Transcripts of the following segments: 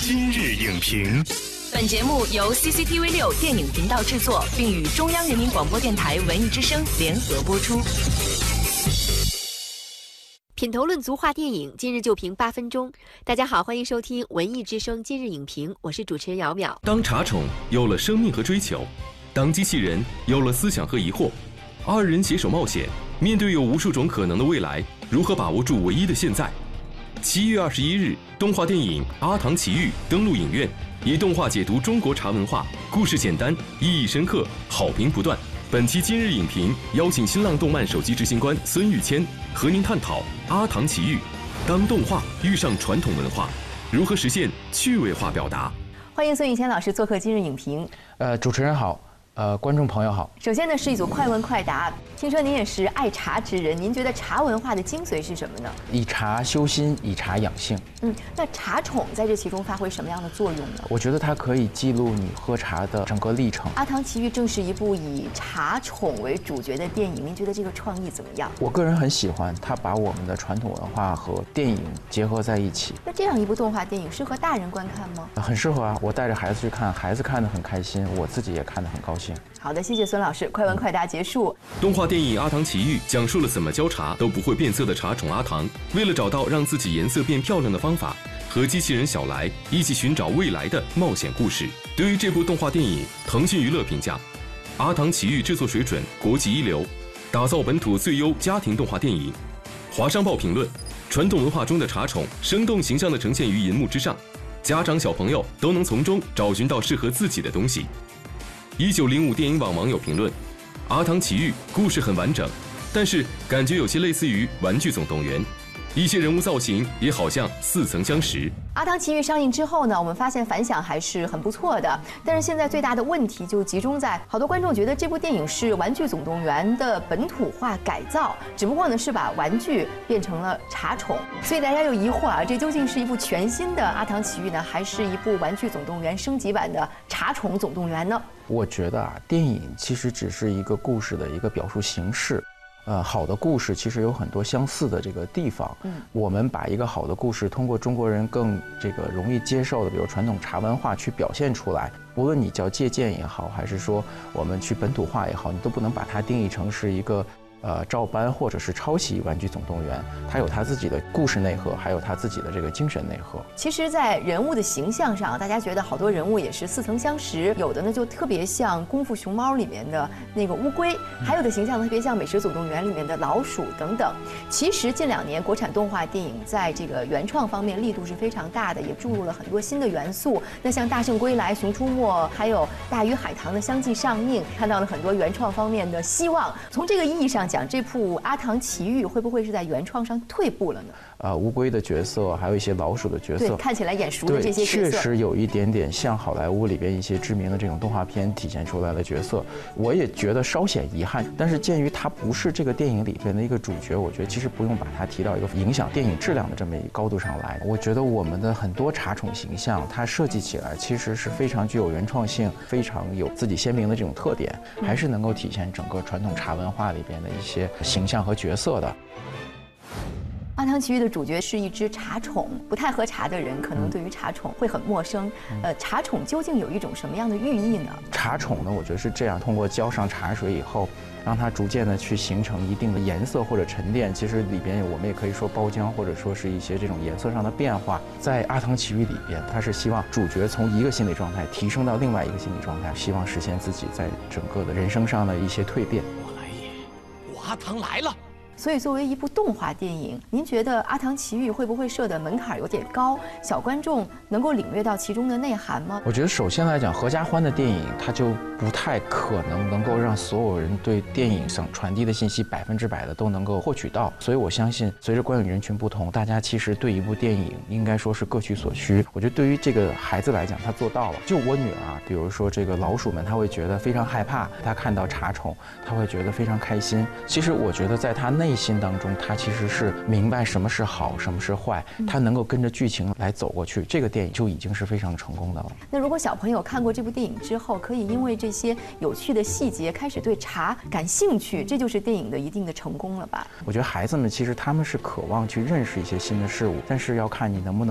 今日影评， 本节目由 CCTV6 电影频道制作，并与中央人民广播电台文艺之声联合播出。 品头论足话电影，今日就评8分钟。大家好，欢迎收听文艺之声今日影评，我是主持人姚淼。 当茶宠有了生命和追求，当机器人有了思想和疑惑，二人携手冒险，面对有无数种可能的未来，如何把握住唯一的现在？7月21日，动画电影《阿唐奇遇》登陆影院，以动画解读中国茶文化，故事简单，意义深刻，好评不断。本期今日影评邀请新浪动漫首席执行官孙玉谦和您探讨《阿唐奇遇》，当动画遇上传统文化，如何实现趣味化表达？ 欢迎孙玉谦老师做客今日影评。 主持人好。观众朋友好。 首先呢，是一组快问快答。听说您也是爱茶之人，您觉得茶文化的精髓是什么呢？ 以茶修心，以茶养性。 那茶宠在这其中发挥什么样的作用呢？ 我觉得它可以记录你喝茶的整个历程。 《阿唐奇遇》正是一部以茶宠为主角的电影，您觉得这个创意怎么样？ 我个人很喜欢，它把我们的传统文化和电影结合在一起。 那这样一部动画电影适合大人观看吗？ 很适合啊，我带着孩子去看，孩子看得很开心，我自己也看得很高兴。 好的，谢谢孙老师。快问快答结束。 动画电影《阿唐奇遇》讲述了怎么浇茶都不会变色的茶宠阿唐，为了找到让自己颜色变漂亮的方法，和机器人小来一起寻找未来的冒险故事。对于这部动画电影，腾讯娱乐评价：《阿唐奇遇》制作水准国际一流，打造本土最优家庭动画电影。华商报评论：传统文化中的茶宠生动形象地呈现于银幕之上，家长小朋友都能从中找寻到适合自己的东西。1905电影网网友评论：阿唐奇遇故事很完整，但是感觉有些类似于玩具总动员，一些人物造型也好像似曾相识。 阿唐奇遇上映之后呢，我们发现反响还是很不错的。但是现在最大的问题就集中在好多观众觉得这部电影是玩具总动员的本土化改造，只不过呢是把玩具变成了茶宠。所以大家又疑惑啊，这究竟是一部全新的阿唐奇遇呢，还是一部玩具总动员升级版的茶宠总动员呢？ 我觉得啊，电影其实只是一个故事的一个表述形式。好的故事其实有很多相似的这个地方。我们把一个好的故事通过中国人更容易接受的，比如传统茶文化去表现出来。无论你叫借鉴也好，还是说我们去本土化也好，你都不能把它定义成是一个照搬或者是抄袭《玩具总动员》，它有它自己的故事内核，还有它自己的这个精神内核。 其实，在人物的形象上，大家觉得好多人物也是似曾相识，有的呢就特别像《功夫熊猫》里面的那个乌龟，还有的形象特别像《美食总动员》里面的老鼠等等。其实近2年国产动画电影在这个原创方面力度是非常大的，也注入了很多新的元素。那像《大圣归来》《熊出没》还有《大鱼海棠》的相继上映，看到了很多原创方面的希望。从这个意义上讲，这部《阿唐奇遇》会不会是在原创上退步了呢？ 乌龟的角色，还有一些老鼠的角色， 对，看起来眼熟的这些角色， 确实有一点点像好莱坞里边一些知名的这种动画片体现出来的角色。我也觉得稍显遗憾，但是鉴于它不是这个电影里边的一个主角，我觉得其实不用把它提到一个影响电影质量的这么一个高度上来。我觉得我们的很多茶宠形象，它设计起来其实是非常具有原创性，非常有自己鲜明的这种特点，还是能够体现整个传统茶文化里边的一些形象和角色的。 阿唐奇遇的主角是一只茶宠，不太喝茶的人可能对于茶宠会很陌生。茶宠究竟有一种什么样的寓意呢？ 茶宠呢，我觉得是这样，通过浇上茶水以后，让它逐渐的去形成一定的颜色或者沉淀。其实里边我们也可以说包浆，或者说是一些这种颜色上的变化。在阿唐奇遇里边，它是希望主角从一个心理状态提升到另外一个心理状态，希望实现自己在整个的人生上的一些蜕变。 我来也，我阿唐来了。 所以，作为一部动画电影，您觉得《阿唐奇遇》会不会设的门槛有点高？小观众能够领略到其中的内涵吗？ 我觉得首先来讲，合家欢的电影它就不太可能够让所有人对电影想传递的信息100%的都能够获取到。所以我相信，随着观影人群不同，大家其实对一部电影应该说是各取所需。我觉得对于这个孩子来讲，他做到了。就我女儿啊，比如说这个老鼠们，她会觉得非常害怕；她看到茶宠，她会觉得非常开心。其实我觉得在她内心当中，她其实是明白什么是好，什么是坏，她能够跟着剧情来走过去，这个电影就已经是非常成功的了。 那如果小朋友看过这部电影之后，可以因为这些有趣的细节开始对茶感兴趣，这就是电影的一定的成功了吧？ 我觉得孩子们其实他们是渴望去认识一些新的事物，但是要看你能不能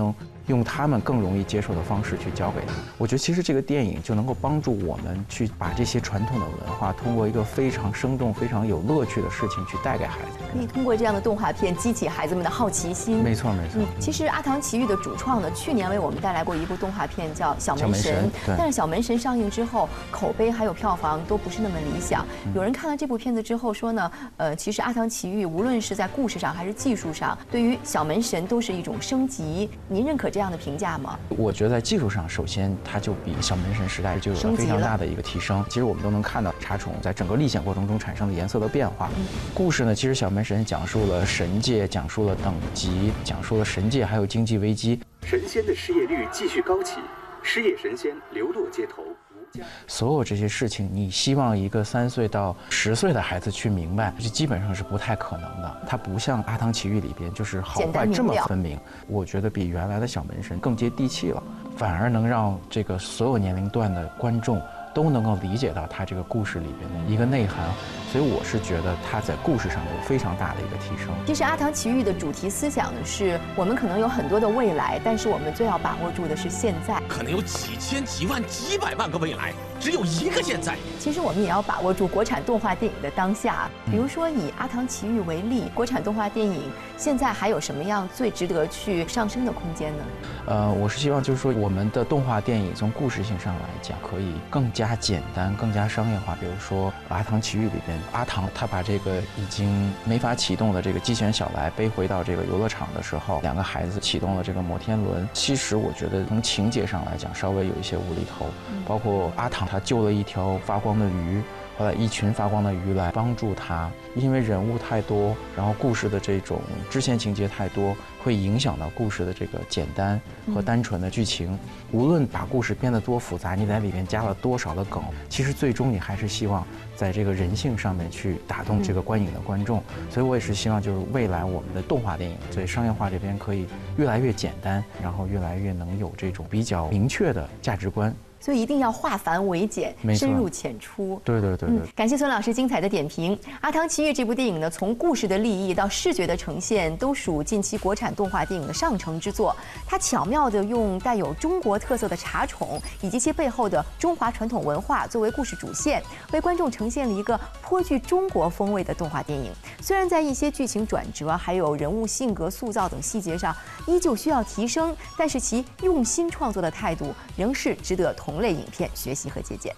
用他们更容易接受的方式去教给他们。我觉得其实这个电影就能够帮助我们去把这些传统的文化，通过一个非常生动、非常有乐趣的事情去带给孩子。 可以通过这样的动画片激起孩子们的好奇心。 没错没错。 其实阿唐奇遇的主创呢，去年为我们带来过一部动画片叫《小门神》，但是《小门神》上映之后，口碑还有票房都不是那么理想。有人看了这部片子之后说呢，其实阿唐奇遇无论是在故事上还是技术上，对于《小门神》都是一种升级。您认可这样的评价吗？ 我觉得在技术上，首先它就比小门神时代就有了非常大的一个提升。其实我们都能看到茶宠在整个历险过程中产生的颜色的变化。故事呢，其实小门神讲述了神界，讲述了等级，讲述了神界还有经济危机。 神仙的失业率继续高企，失业神仙流落街头。 所有这些事情，你希望一个3岁到10岁的孩子去明白，这基本上是不太可能的。它不像《阿唐奇遇》里边就是好坏这么分明。我觉得比原来的小门神更接地气了，反而能让这个所有年龄段的观众都能够理解到它这个故事里边的一个内涵。所以我是觉得它在故事上有非常大的一个提升。 其实《阿唐奇遇》的主题思想呢，是我们可能有很多的未来，但是我们最要把握住的是现在。 可能有几千、几万、几百万个未来，只有一个现在。 其实我们也要把握住国产动画电影的当下。比如说以《阿唐奇遇》为例，国产动画电影现在还有什么样最值得去上升的空间呢？ 我是希望就是说我们的动画电影从故事性上来讲，可以更加简单、更加商业化。比如说《阿唐奇遇》里边，阿唐他把这个已经没法启动的这个机器人小来背回到这个游乐场的时候，2个孩子启动了这个摩天轮。其实我觉得从情节上来讲稍微有一些无厘头，包括阿唐他救了一条发光的鱼，后来一群发光的鱼来帮助他，因为人物太多，然后故事的这种支线情节太多，会影响到故事的这个简单和单纯的剧情。无论把故事编得多复杂，你在里面加了多少的梗，其实最终你还是希望在这个人性上面去打动这个观影的观众。所以我也是希望就是未来我们的动画电影在商业化这边可以越来越简单，然后越来越能有这种比较明确的价值观。 所以一定要化繁为简，深入浅出。 对。 感谢孙老师精彩的点评。《阿唐奇遇》这部电影呢，从故事的立意到视觉的呈现，都属近期国产动画电影的上乘之作。它巧妙地用带有中国特色的茶宠以及其背后的中华传统文化作为故事主线，为观众呈现了一个颇具中国风味的动画电影。虽然在一些剧情转折，还有人物性格塑造等细节上依旧需要提升，但是其用心创作的态度仍是值得同类影片学习和借鉴。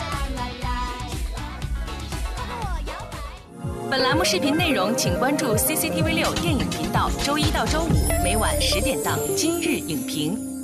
本栏目视频内容，请关注 CCTV6电影频道，周1到周5每晚10点档《今日影评》。